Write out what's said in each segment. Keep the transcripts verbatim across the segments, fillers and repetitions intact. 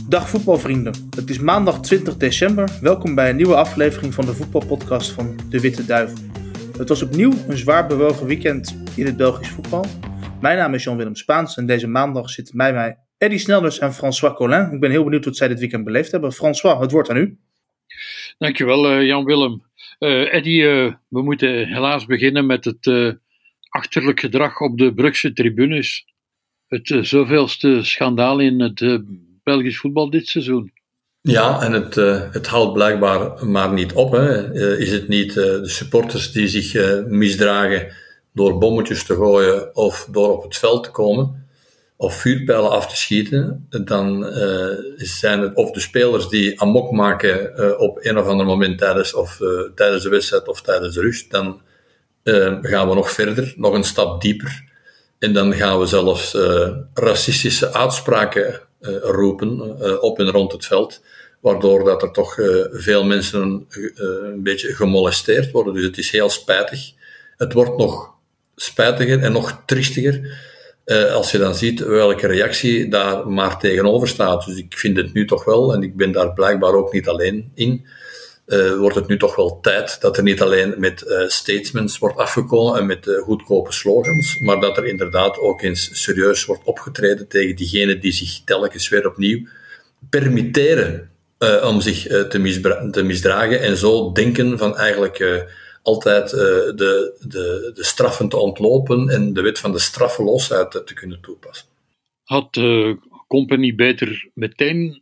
Dag voetbalvrienden, het is maandag twintig december. Welkom bij een nieuwe aflevering van de voetbalpodcast van De Witte Duivel. Het was opnieuw een zwaar bewogen weekend in het Belgisch voetbal. Mijn naam is Jan-Willem Spaans en deze maandag zitten bij mij Eddy Snelders en François Collin. Ik ben heel benieuwd wat zij dit weekend beleefd hebben. François, het woord aan u. Dankjewel uh, Jan-Willem. Uh, Eddy, uh, we moeten helaas beginnen met het uh, achterlijk gedrag op de Brugse tribunes. Het uh, zoveelste schandaal in het uh, Belgisch voetbal dit seizoen. Ja, en het, uh, het houdt blijkbaar maar niet op. Hè. Uh, is het niet uh, de supporters die zich uh, misdragen door bommetjes te gooien of door op het veld te komen of vuurpijlen af te schieten, dan uh, zijn het of de spelers die amok maken uh, op een of ander moment tijdens, of, uh, tijdens de wedstrijd of tijdens de rust, dan uh, gaan we nog verder, nog een stap dieper. En dan gaan we zelfs uh, racistische uitspraken uh, roepen uh, op en rond het veld, waardoor dat er toch uh, veel mensen uh, een beetje gemolesteerd worden. Dus het is heel spijtig. Het wordt nog spijtiger en nog triestiger uh, als je dan ziet welke reactie daar maar tegenover staat. Dus ik vind het nu toch wel, en ik ben daar blijkbaar ook niet alleen in, Uh, wordt het nu toch wel tijd dat er niet alleen met uh, statements wordt afgekomen en met uh, goedkope slogans, maar dat er inderdaad ook eens serieus wordt opgetreden tegen diegenen die zich telkens weer opnieuw permitteren uh, om zich uh, te, misbra- te misdragen en zo denken van eigenlijk uh, altijd uh, de, de, de straffen te ontlopen en de wet van de straffeloosheid te, te kunnen toepassen. Had uh, Company beter meteen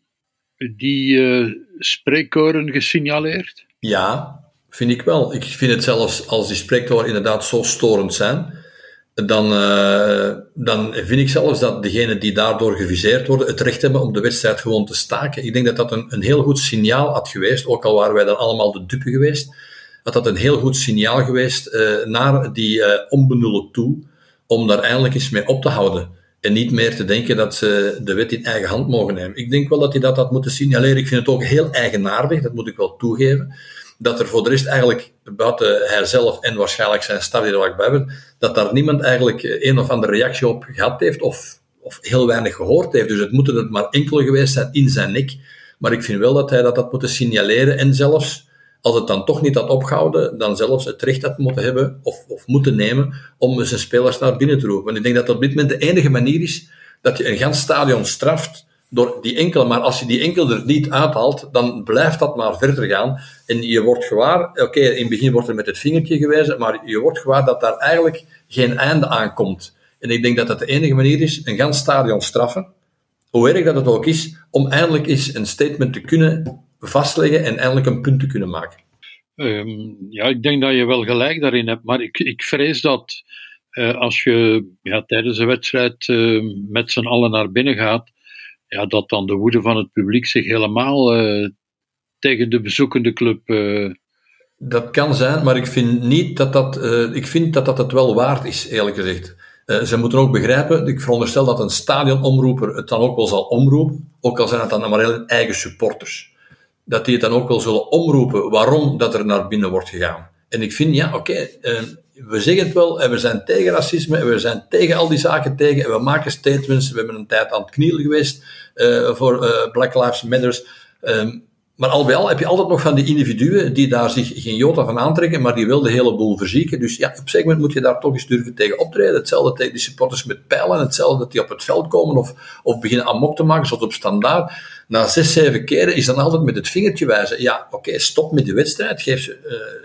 die uh, spreekkoren gesignaleerd? Ja, vind ik wel. Ik vind het zelfs als die spreekkoren inderdaad zo storend zijn, dan, uh, dan vind ik zelfs dat degenen die daardoor geviseerd worden het recht hebben om de wedstrijd gewoon te staken. Ik denk dat dat een, een heel goed signaal had geweest, ook al waren wij dan allemaal de dupe geweest, had dat een heel goed signaal geweest uh, naar die uh, onbenullen toe, om daar eindelijk eens mee op te houden. En niet meer te denken dat ze de wet in eigen hand mogen nemen. Ik denk wel dat hij dat had moeten signaleren. Ik vind het ook heel eigenaardig, dat moet ik wel toegeven, dat er voor de rest eigenlijk, buiten hijzelf en waarschijnlijk zijn staf die er wat bij hebben, dat daar niemand eigenlijk een of andere reactie op gehad heeft of, of heel weinig gehoord heeft. Dus het moeten er maar enkele geweest zijn in zijn nek. Maar ik vind wel dat hij dat had moeten signaleren en zelfs, als het dan toch niet had opgehouden, dan zelfs het recht had moeten hebben, of, of moeten nemen, om zijn spelers naar binnen te roepen. Want ik denk dat dat op dit moment de enige manier is dat je een gans stadion straft door die enkele, maar als je die enkele er niet uithaalt, dan blijft dat maar verder gaan. En je wordt gewaar, oké, okay, in het begin wordt er met het vingertje gewezen, maar je wordt gewaar dat daar eigenlijk geen einde aan komt. En ik denk dat dat de enige manier is, een gans stadion straffen, hoe erg dat het ook is, om eindelijk eens een statement te kunnen vastleggen en eindelijk een punt te kunnen maken. Um, ja, ik denk dat je wel gelijk daarin hebt, maar ik, ik vrees dat uh, als je ja, tijdens een wedstrijd uh, met z'n allen naar binnen gaat, ja, dat dan de woede van het publiek zich helemaal uh, tegen de bezoekende club... Uh... Dat kan zijn, maar ik vind niet dat dat, uh, ik vind dat dat het wel waard is, eerlijk gezegd. Uh, ze moeten ook begrijpen, ik veronderstel dat een stadionomroeper het dan ook wel zal omroepen, ook al zijn het dan maar heel eigen supporters. Dat die het dan ook wel zullen omroepen waarom dat er naar binnen wordt gegaan. En ik vind, ja, oké, okay, uh, we zeggen het wel, en we zijn tegen racisme, en we zijn tegen al die zaken tegen, en we maken statements, we hebben een tijd aan het knielen geweest uh, voor uh, Black Lives Matter. Um, maar al bij al heb je altijd nog van die individuen die daar zich geen jota van aantrekken, maar die wel de hele boel verzieken. Dus ja, op een zeker moment moet je daar toch eens durven tegen optreden. Hetzelfde tegen die supporters met pijlen, hetzelfde dat die op het veld komen of, of beginnen amok te maken, zoals op standaard. Na zes, zeven keren is dan altijd met het vingertje wijzen. Ja, oké, okay, stop met die wedstrijd, geef ze,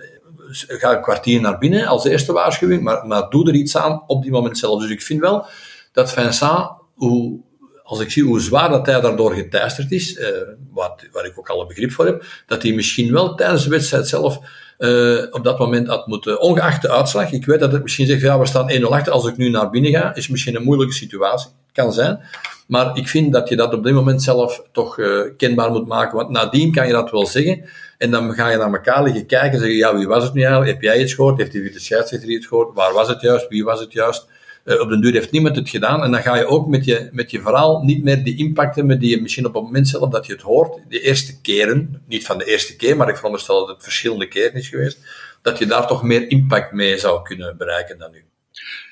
uh, ga een kwartier naar binnen als eerste waarschuwing, maar, maar doe er iets aan op die moment zelf. Dus ik vind wel dat Vincent, hoe, als ik zie hoe zwaar dat hij daardoor geteisterd is, uh, wat, waar ik ook alle begrip voor heb, dat hij misschien wel tijdens de wedstrijd zelf uh, op dat moment had moeten, ongeacht de uitslag, ik weet dat het misschien zegt, ja, we staan één nul achter, als ik nu naar binnen ga, is misschien een moeilijke situatie, kan zijn, maar ik vind dat je dat op dit moment zelf toch uh, kenbaar moet maken, want nadien kan je dat wel zeggen, en dan ga je naar elkaar liggen kijken en zeggen, ja, wie was het nu eigenlijk, heb jij iets gehoord, heeft de scheidsrechter iets gehoord, waar was het juist, wie was het juist? Uh, op den duur heeft niemand het gedaan en dan ga je ook met je, met je verhaal niet meer die impact hebben die je misschien op het moment zelf dat je het hoort, de eerste keren, niet van de eerste keer, maar ik veronderstel dat het verschillende keren is geweest, dat je daar toch meer impact mee zou kunnen bereiken dan nu.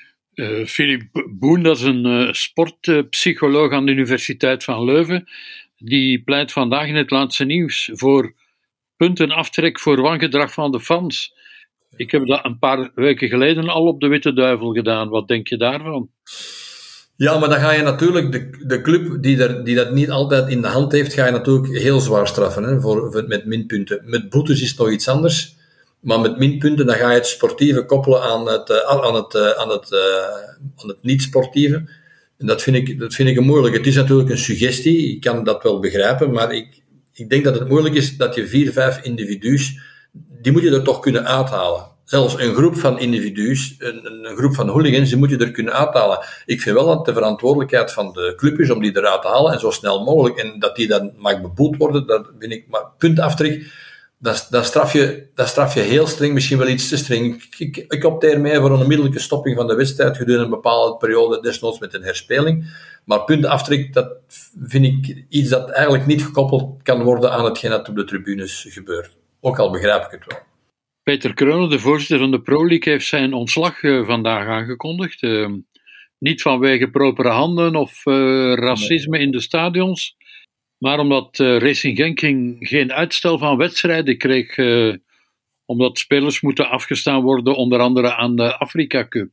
Uh, Philippe Boen, dat is een uh, sportpsycholoog aan de Universiteit van Leuven. die pleit vandaag in het laatste nieuws voor puntenaftrek voor wangedrag van de fans. Ik heb dat een paar weken geleden al op de Witte Duivel gedaan. Wat denk je daarvan? Ja, maar dan ga je natuurlijk de, de club die, er, die dat niet altijd in de hand heeft, ga je natuurlijk heel zwaar straffen, hè, voor, voor, met minpunten. Met boetes is het nog iets anders, maar met minpunten dan ga je het sportieve koppelen aan het, uh, aan het, uh, aan het, uh, aan het niet-sportieve. En dat vind ik, dat vind ik een moeilijk. Het is natuurlijk een suggestie, ik kan dat wel begrijpen, maar ik, ik denk dat het moeilijk is dat je vier, vijf individu's, die moet je er toch kunnen uithalen. Zelfs een groep van individu's, een, een groep van hooligans, die moet je er kunnen uithalen. Ik vind wel dat de verantwoordelijkheid van de club is om die eruit te halen en zo snel mogelijk. En dat die dan mag beboet worden, dat vind ik, maar puntaftrek, dat, dat, straf je, dat straf je heel streng, misschien wel iets te streng. Ik, ik, ik opteer mee voor een onmiddellijke stopping van de wedstrijd gedurende een bepaalde periode, desnoods met een herspeling. Maar puntaftrek, dat vind ik iets dat eigenlijk niet gekoppeld kan worden aan hetgeen dat op de tribunes gebeurt. Ook al begrijp ik het wel. Peter Kronen, de voorzitter van de Pro League, heeft zijn ontslag uh, vandaag aangekondigd. Uh, niet vanwege propere handen of uh, racisme in de stadions, maar omdat uh, Racing Genk geen uitstel van wedstrijden kreeg, uh, omdat spelers moeten afgestaan worden, onder andere aan de Afrika Cup.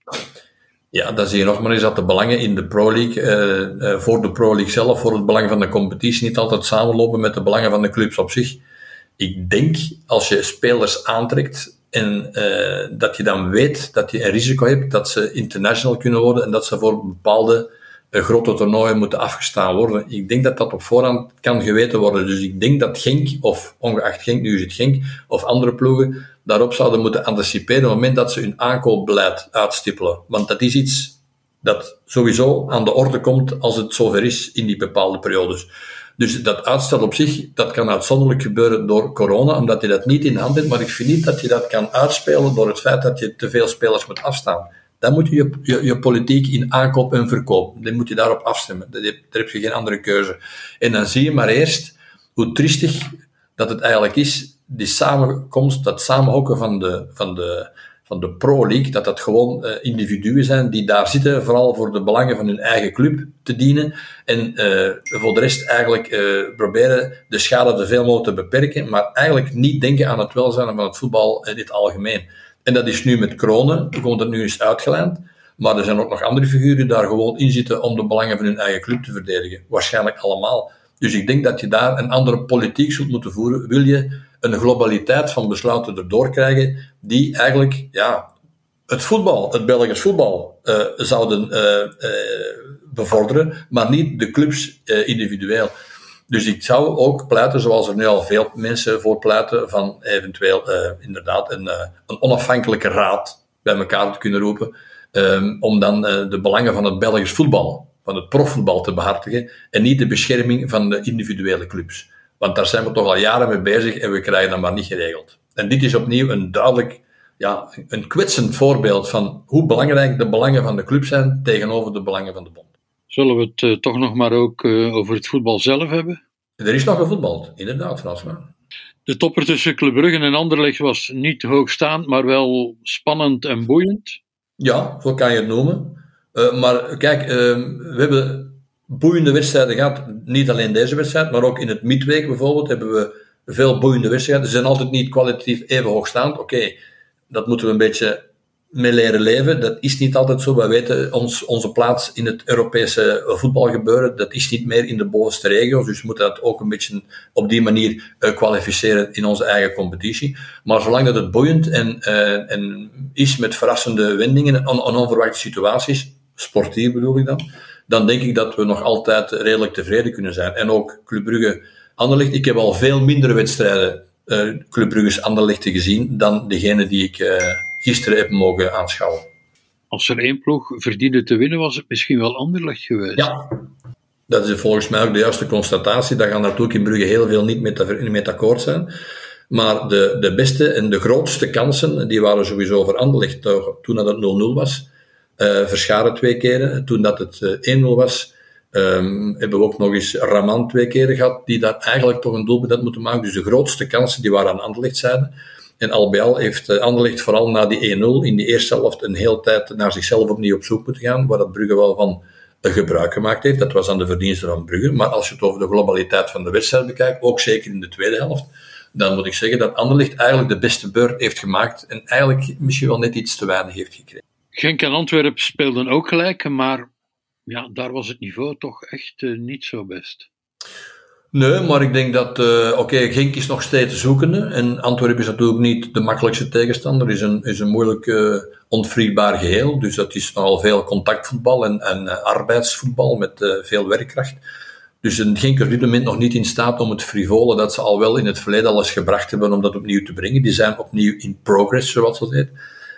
Ja, dan zie je nog maar eens dat de belangen in de Pro League, uh, uh, voor de Pro League zelf, voor het belang van de competitie, niet altijd samenlopen met de belangen van de clubs op zich. Ik denk, als je spelers aantrekt en uh, dat je dan weet dat je een risico hebt dat ze international kunnen worden en dat ze voor bepaalde uh, grote toernooien moeten afgestaan worden. Ik denk dat dat op voorhand kan geweten worden. Dus ik denk dat Genk, of ongeacht Genk, nu is het Genk, of andere ploegen, daarop zouden moeten anticiperen op het moment dat ze hun aankoopbeleid uitstippelen. Want dat is iets dat sowieso aan de orde komt als het zover is in die bepaalde periodes. Dus dat uitstel op zich, dat kan uitzonderlijk gebeuren door corona, omdat je dat niet in hand hebt, maar ik vind niet dat je dat kan uitspelen door het feit dat je te veel spelers moet afstaan. Dan moet je je, je, je politiek in aankoop en verkoop, dan moet je daarop afstemmen. Daar heb, daar heb je geen andere keuze. En dan zie je maar eerst hoe triestig dat het eigenlijk is, die samenkomst, dat samenhokken van de, van de, van de Pro League, dat dat gewoon uh, individuen zijn die daar zitten, vooral voor de belangen van hun eigen club te dienen. En uh, voor de rest eigenlijk uh, proberen de schade zoveel mogelijk te beperken, maar eigenlijk niet denken aan het welzijn van het voetbal in het algemeen. En dat is nu met Kronen, komt het nu eens uitgelijnd. Maar er zijn ook nog andere figuren die daar gewoon in zitten om de belangen van hun eigen club te verdedigen. Waarschijnlijk allemaal. Dus ik denk dat je daar een andere politiek zult moeten voeren. Wil je een globaliteit van besluiten erdoor krijgen, die eigenlijk, ja, het voetbal, het Belgisch voetbal, uh, zouden uh, uh, bevorderen, maar niet de clubs uh, individueel. Dus ik zou ook pleiten, zoals er nu al veel mensen voor pleiten, van eventueel uh, inderdaad een, uh, een onafhankelijke raad bij elkaar te kunnen roepen, um, om dan uh, de belangen van het Belgisch voetbal, van het profvoetbal te behartigen, en niet de bescherming van de individuele clubs. Want daar zijn we toch al jaren mee bezig en we krijgen dat maar niet geregeld. En dit is opnieuw een duidelijk, ja, een kwetsend voorbeeld van hoe belangrijk de belangen van de club zijn tegenover de belangen van de bond. Zullen we het uh, toch nog maar ook uh, over het voetbal zelf hebben? Er is nog gevoetbald, inderdaad, Fransman. De topper tussen Club Brugge en Anderlecht was niet hoogstaand, maar wel spannend en boeiend. Ja, zo kan je het noemen. Uh, maar kijk, uh, we hebben boeiende wedstrijden gehad. Niet alleen deze wedstrijd, maar ook in het midweek bijvoorbeeld hebben we veel boeiende wedstrijden. Ze zijn altijd niet kwalitatief even hoogstaand. Oké, okay, dat moeten we een beetje mee leren leven. Dat is niet altijd zo. Wij weten ons, onze plaats in het Europese voetbalgebeuren, dat is niet meer in de bovenste regio's. Dus we moeten dat ook een beetje op die manier uh, kwalificeren in onze eigen competitie. Maar zolang dat het boeiend en, uh, en is met verrassende wendingen en on- onverwachte situaties, sportief bedoel ik dan, dan denk ik dat we nog altijd redelijk tevreden kunnen zijn. En ook Club Brugge Anderlecht. Ik heb al veel mindere wedstrijden uh, Club Brugge's Anderlecht gezien dan degene die ik uh, gisteren heb mogen aanschouwen. Als er één ploeg verdiende te winnen, was het misschien wel Anderlecht geweest. Ja, dat is volgens mij ook de juiste constatatie. Daar gaan natuurlijk in Brugge heel veel niet mee, mee akkoord zijn. Maar de, de beste en de grootste kansen, die waren sowieso voor Anderlecht toen dat het nul nul was. Uh, Verscharen twee keren. Toen dat het uh, één nul was, um, hebben we ook nog eens Raman twee keren gehad, die daar eigenlijk toch een doelpunt had moeten maken. Dus de grootste kansen, die waren aan Anderlecht-zijde. En al bij al heeft uh, Anderlecht vooral na die één nul in die eerste helft een hele tijd naar zichzelf opnieuw op zoek moeten gaan, waar dat Brugge wel van gebruik gemaakt heeft. Dat was aan de verdienste van Brugge. Maar als je het over de globaliteit van de wedstrijd bekijkt, ook zeker in de tweede helft, dan moet ik zeggen dat Anderlecht eigenlijk de beste beurt heeft gemaakt en eigenlijk misschien wel net iets te weinig heeft gekregen. Genk en Antwerpen speelden ook gelijk, maar ja, daar was het niveau toch echt uh, niet zo best. Nee, maar ik denk dat, uh, oké, okay, Genk is nog steeds zoekende en Antwerpen is natuurlijk niet de makkelijkste tegenstander, is een, is een moeilijk uh, ontvriendbaar geheel, dus dat is nogal veel contactvoetbal en, en uh, arbeidsvoetbal met uh, veel werkkracht. Dus een Genk is op dit moment nog niet in staat om het frivole dat ze al wel in het verleden al eens gebracht hebben om dat opnieuw te brengen. Die zijn opnieuw in progress, zoals dat heet.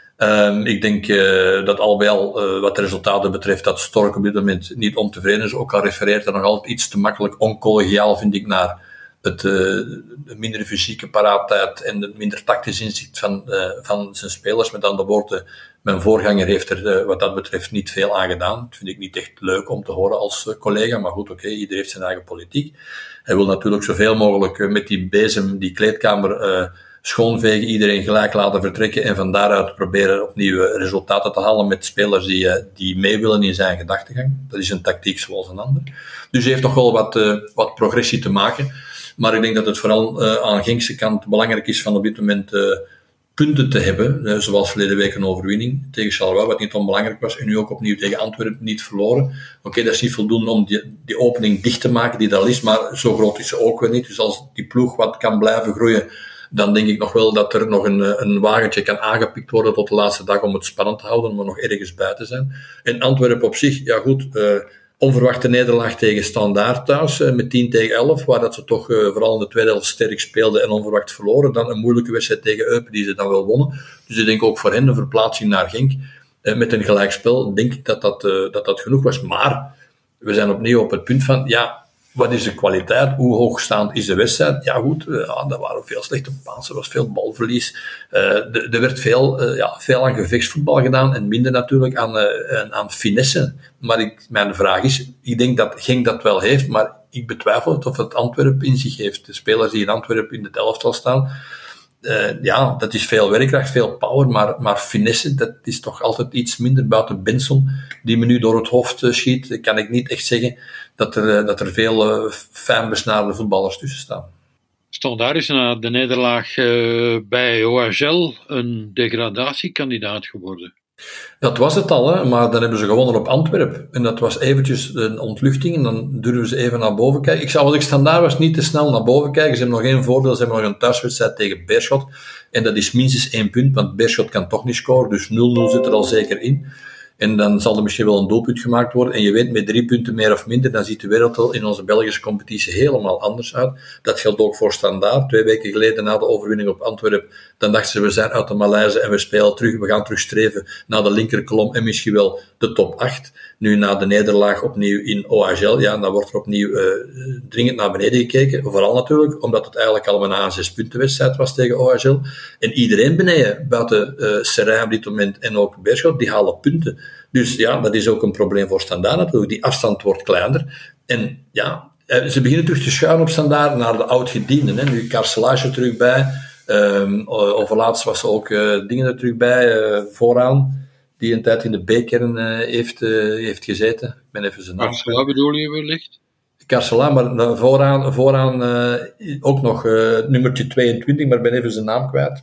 Um, ik denk uh, dat al wel, uh, wat de resultaten betreft, dat Stork op dit moment niet ontevreden is. Ook al refereert hij nog altijd iets te makkelijk oncollegiaal, vind ik, naar het uh, de minder fysieke paraatheid en het minder tactisch inzicht van, uh, van zijn spelers. Met andere woorden, mijn voorganger heeft er uh, wat dat betreft niet veel aan gedaan. Dat vind ik niet echt leuk om te horen als uh, collega, maar goed, oké, okay, iedereen heeft zijn eigen politiek. Hij wil natuurlijk zoveel mogelijk uh, met die bezem, die kleedkamer, uh, schoonvegen, iedereen gelijk laten vertrekken en van daaruit proberen opnieuw resultaten te halen met spelers die, uh, die mee willen in zijn gedachtegang. Dat is een tactiek zoals een ander. Dus hij heeft toch wel wat, uh, wat progressie te maken. Maar ik denk dat het vooral uh, aan Genkse kant belangrijk is van op dit moment uh, punten te hebben, uh, zoals verleden week een overwinning tegen Charleroi, wat niet onbelangrijk was, en nu ook opnieuw tegen Antwerpen niet verloren. Oké, okay, dat is niet voldoende om die, die opening dicht te maken die er al is, maar zo groot is ze ook weer niet. Dus als die ploeg wat kan blijven groeien, dan denk ik nog wel dat er nog een, een wagentje kan aangepikt worden tot de laatste dag om het spannend te houden, om er nog ergens bij te zijn. En Antwerpen op zich, ja goed, uh, onverwachte nederlaag tegen Standaard thuis, uh, met tien tegen elf, waar dat ze toch uh, vooral in de tweede helft sterk speelden en onverwacht verloren. Dan een moeilijke wedstrijd tegen Eupen die ze dan wel wonnen. Dus ik denk ook voor hen een verplaatsing naar Genk, uh, met een gelijkspel, denk ik dat dat, uh, dat dat genoeg was. Maar we zijn opnieuw op het punt van, ja, wat is de kwaliteit? Hoe hoogstaand is de wedstrijd? Ja goed, uh, er waren veel slechte passen, er was veel balverlies. Uh, er, er werd veel, uh, ja, veel aan gevechtsvoetbal gedaan en minder natuurlijk aan, uh, aan finesse. Maar ik, mijn vraag is, ik denk dat Genk dat wel heeft, maar ik betwijfel het of het Antwerpen in zich heeft. De spelers die in Antwerpen in het elftal staan, uh, ja, dat is veel werkkracht, veel power, maar, maar finesse, dat is toch altijd iets minder. Buiten Benson, die me nu door het hoofd uh, schiet, kan ik niet echt zeggen dat er, uh, dat er veel uh, fijn besnaarde voetballers tussen staan. Standaard is na de nederlaag uh, bij O H L een degradatiekandidaat geworden. Dat was het al, hè? Maar dan hebben ze gewonnen op Antwerpen. En dat was eventjes een ontluchting en dan durven ze even naar boven kijken. Ik zou als ik Standaard was niet te snel naar boven kijken. Ze hebben nog één voordeel, ze hebben nog een thuiswedstrijd tegen Beerschot. En dat is minstens één punt, want Beerschot kan toch niet scoren. Dus nul nul zit er al zeker in. En dan zal er misschien wel een doelpunt gemaakt worden. En je weet, met drie punten meer of minder, dan ziet de wereld in onze Belgische competitie helemaal anders uit. Dat geldt ook voor Standaard. Twee weken geleden, na de overwinning op Antwerpen, dan dachten ze, we zijn uit de malaise en we spelen terug. We gaan terug streven naar de linkerkolom en misschien wel de top acht. Nu, na de nederlaag opnieuw in O H L, ja, dan wordt er opnieuw uh, dringend naar beneden gekeken. Vooral natuurlijk, omdat het eigenlijk allemaal een zes-punten-wedstrijd was tegen O H L. En iedereen beneden, buiten uh, Serijn op dit moment en ook Beerschot, die halen punten. Dus ja, dat is ook een probleem voor Standaard natuurlijk. Die afstand wordt kleiner. En ja, ze beginnen terug te schuiven op Standaard naar de oud-gedienden. Hè. Nu Carcelage er terug bij. Um, overlaatst was er ook uh, dingen er terug bij, uh, vooraan, die een tijd in de B-kern uh, heeft, uh, heeft gezeten. Ik ben even zijn naam. Carcela bedoel je wellicht? Carcela, maar uh, vooraan, vooraan uh, ook nog uh, nummertje tweeëntwintig, maar ik ben even zijn naam kwijt.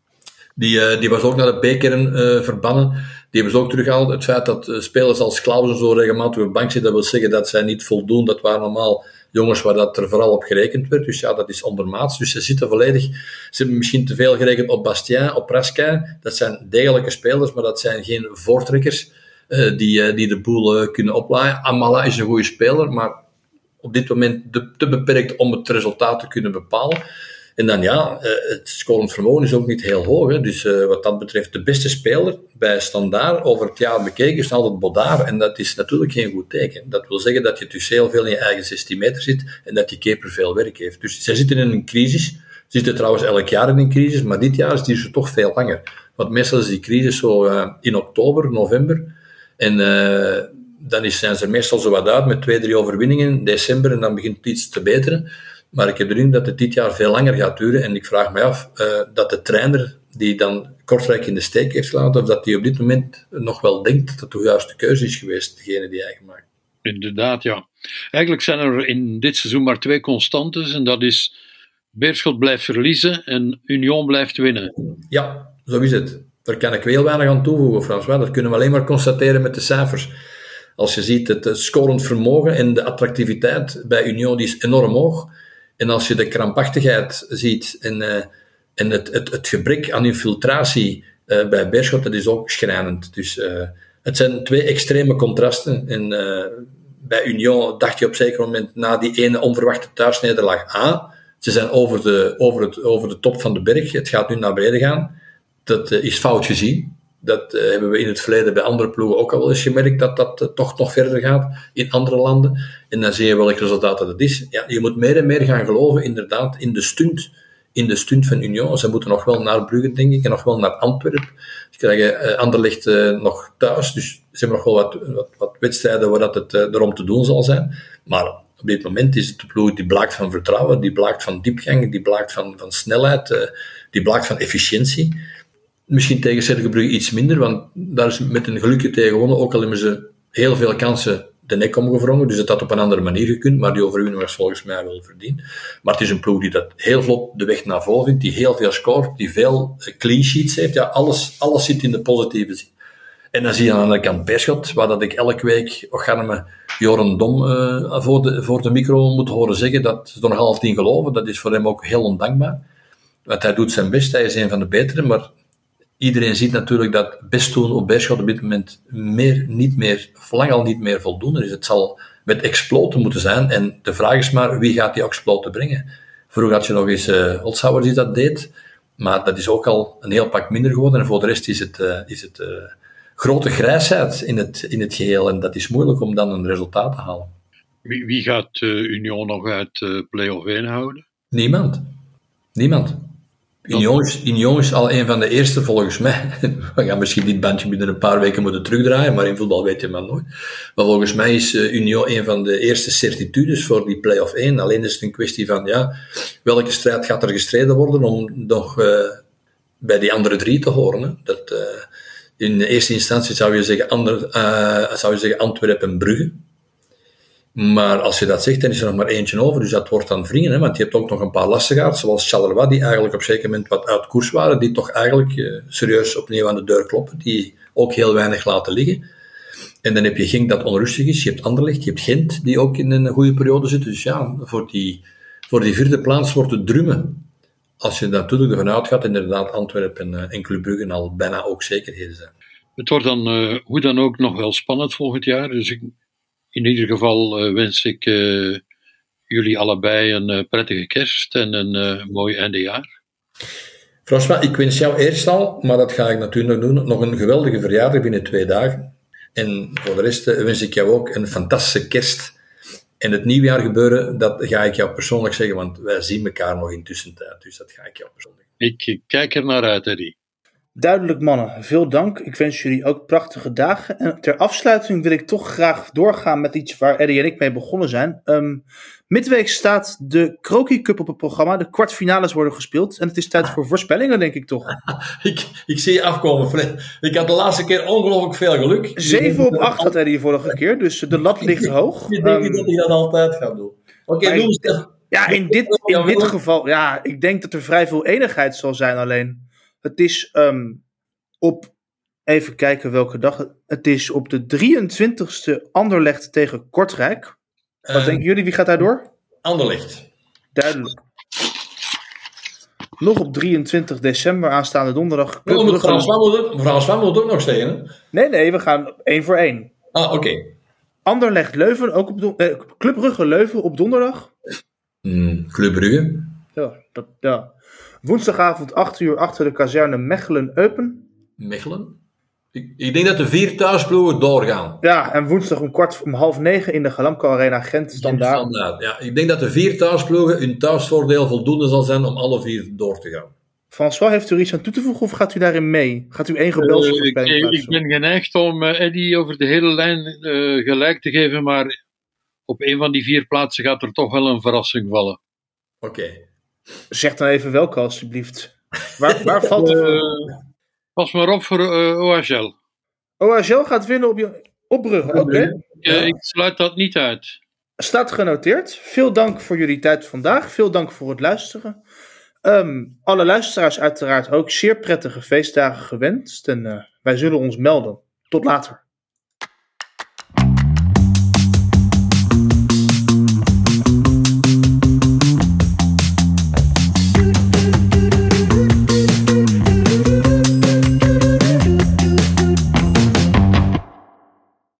Die, uh, die was ook naar de B-kern uh, verbannen. Die hebben ze ook teruggehaald. Het feit dat uh, spelers als Klausen zo regelmatig op de bank zitten, dat wil zeggen dat zij niet voldoen. Dat waren normaal jongens waar dat er vooral op gerekend werd. Dus ja, dat is ondermaats. Dus ze zitten volledig... Ze hebben misschien te veel gerekend op Bastien, op Raskin. Dat zijn degelijke spelers, maar dat zijn geen voortrekkers uh, die, uh, die de boel uh, kunnen oplaaien. Amala is een goede speler, maar op dit moment de, te beperkt om het resultaat te kunnen bepalen. En dan ja, het scorend vermogen is ook niet heel hoog. Hè. Dus uh, wat dat betreft, de beste speler bij Standaard over het jaar bekeken is altijd Bodaar. En dat is natuurlijk geen goed teken. Dat wil zeggen dat je dus heel veel in je eigen zestien meter zit en dat die keeper veel werk heeft. Dus zij zitten in een crisis. Ze zitten trouwens elk jaar in een crisis, maar dit jaar is die ze toch veel langer. Want meestal is die crisis zo uh, in oktober, november. En uh, dan is, zijn ze er meestal zo wat uit met twee, drie overwinningen in december en dan begint het iets te beteren. Maar ik heb de indruk dat het dit jaar veel langer gaat duren. En ik vraag me af uh, dat de trainer die dan Kortrijk in de steek heeft gelaten, of dat hij op dit moment nog wel denkt dat het de juiste keuze is geweest, degene die hij gemaakt. Inderdaad, ja. Eigenlijk zijn er in dit seizoen maar twee constantes en dat is Beerschot blijft verliezen en Union blijft winnen. Ja, zo is het. Daar kan ik heel weinig aan toevoegen, François. Dat kunnen we alleen maar constateren met de cijfers. Als je ziet, het scorend vermogen en de attractiviteit bij Union die is enorm hoog. En als je de krampachtigheid ziet en, uh, en het, het, het gebrek aan infiltratie uh, bij Beerschot, dat is ook schrijnend. Dus uh, het zijn twee extreme contrasten. En uh, bij Union dacht je op een zeker moment na die ene onverwachte thuisnederlaag aan. Ze zijn over de, over, het, over de top van de berg. Het gaat nu naar beneden gaan. Dat uh, is fout gezien. Dat uh, hebben we in het verleden bij andere ploegen ook al wel eens gemerkt, dat dat uh, toch nog verder gaat in andere landen. En dan zie je welk resultaat dat het is. Ja, je moet meer en meer gaan geloven, inderdaad, in de stunt, in de stunt van Union. Ze moeten nog wel naar Brugge, denk ik, en nog wel naar Antwerpen. Ze krijgen uh, Anderlecht uh, nog thuis, dus ze hebben nog wel wat, wat, wat wedstrijden waar dat het uh, erom te doen zal zijn. Maar op dit moment is het de ploeg die blaakt van vertrouwen, die blaakt van diepgang, die blaakt van, van snelheid, uh, die blaakt van efficiëntie. Misschien tegen Cercle Brugge iets minder, want daar is met een gelukje tegen gewonnen, ook al hebben ze heel veel kansen de nek omgevrongen, dus het had op een andere manier gekund, maar die overwinning was volgens mij wel verdiend. Maar het is een ploeg die dat heel vlot de weg naar voren vindt, die heel veel scoort, die veel clean sheets heeft, ja, alles, alles zit in de positieve zin. En dan zie je aan de andere kant Beerschot, waar dat ik elke week Ocharme Joren Dom uh, voor, de, voor de micro moet horen zeggen, dat ze er nog half tien geloven, dat is voor hem ook heel ondankbaar. Want hij doet zijn best, hij is een van de betere, maar iedereen ziet natuurlijk dat best doen op Beerschot op dit moment meer, niet meer, of lang al niet meer voldoende is. Het zal met exploten moeten zijn. En de vraag is maar, wie gaat die exploten brengen? Vroeger had je nog eens uh, Holzhauer die dat deed, maar dat is ook al een heel pak minder geworden. En voor de rest is het, uh, is het uh, grote grijsheid in het, in het geheel. En dat is moeilijk om dan een resultaat te halen. Wie, wie gaat uh, Union nog uit uh, play-off één houden? Niemand. Niemand. Union is, Union is al een van de eerste, volgens mij. We gaan misschien dit bandje binnen een paar weken moeten terugdraaien, maar in voetbal weet je maar nooit. Maar volgens mij is uh, Union een van de eerste certitudes voor die play-off één. Alleen is het een kwestie van, ja, welke strijd gaat er gestreden worden om nog uh, bij die andere drie te horen. Hè? Dat, uh, in eerste instantie zou je zeggen, ander, uh, zou je zeggen Antwerpen en Brugge. Maar als je dat zegt, dan is er nog maar eentje over, dus dat wordt dan wringen, hè, want je hebt ook nog een paar lastigaards, zoals Charleroi, die eigenlijk op een zeker moment wat uit koers waren, die toch eigenlijk uh, serieus opnieuw aan de deur kloppen, die ook heel weinig laten liggen. En dan heb je Genk dat onrustig is, je hebt Anderlecht, je hebt Gent, die ook in een goede periode zit. Dus ja, voor die, voor die vierde plaats wordt het drummen. Als je natuurlijk ervan uitgaat, inderdaad Antwerpen en, uh, en Club Brugge al bijna ook zekerheden zijn. Het wordt dan, uh, hoe dan ook, nog wel spannend volgend jaar, dus ik... In ieder geval uh, wens ik uh, jullie allebei een uh, prettige kerst en een uh, mooi eindejaar. François, ik wens jou eerst al, maar dat ga ik natuurlijk doen, nog een geweldige verjaardag binnen twee dagen. En voor de rest uh, wens ik jou ook een fantastische kerst. En het nieuwjaar gebeuren, dat ga ik jou persoonlijk zeggen, want wij zien elkaar nog in tussentijd. Dus dat ga ik jou persoonlijk zeggen. Ik kijk er naar uit, Eddie. Duidelijk, mannen. Veel dank. Ik wens jullie ook prachtige dagen. En ter afsluiting wil ik toch graag doorgaan met iets waar Eddie en ik mee begonnen zijn. Um, midweek staat de Croquis Cup op het programma. De kwartfinales worden gespeeld. En het is tijd voor voorspellingen, denk ik toch. ik, ik zie je afkomen, Fred. Ik had de laatste keer ongelooflijk veel geluk. zeven op acht had Eddie vorige keer. Dus de lat ligt hoog. Ik denk um, dat hij dat altijd gaat doen. Oké, okay, doe eens. Ja, in dit, in dit geval, ja, ik denk dat er vrij veel enigheid zal zijn alleen. Het is um, op, even kijken welke dag, het is op de drieëntwintigste Anderlecht tegen Kortrijk. Wat uh, denken jullie, wie gaat daar door? Anderlecht. Duidelijk. Nog op drieëntwintig december, aanstaande donderdag. Well, moet Frans Van moet ook nog zeggen, hè? Nee, nee, we gaan één voor één. Ah, oké. Okay. Anderlecht Leuven, ook op don- eh, Club Brugge Leuven op donderdag. Mm, Club Brugge. Ja, dat, ja. Woensdagavond acht uur achter de kazerne Mechelen-Eupen. Mechelen? Ik, ik denk dat de vier thuisploegen doorgaan. Ja, en woensdag om kwart om half negen in de Galamco Arena Gent standaard. standaard. Ja, ik denk dat de vier thuisploegen hun thuisvoordeel voldoende zal zijn om alle vier door te gaan. François, heeft u er iets aan toe te voegen of gaat u daarin mee? Gaat u één gebelsel uh, ik, ik ben geneigd om uh, Eddie over de hele lijn uh, gelijk te geven, maar op een van die vier plaatsen gaat er toch wel een verrassing vallen. Oké. Okay. Zeg dan even welke, alstublieft. Waar, waar valt het? Uh, pas maar op voor uh, O H L. O H L gaat winnen op, je, op Brugge, oké. Okay. uh, Ja. ik sluit dat niet uit. Staat genoteerd. Veel dank voor jullie tijd vandaag. Veel dank voor het luisteren. Um, alle luisteraars uiteraard ook zeer prettige feestdagen gewenst. En uh, wij zullen ons melden. Tot later.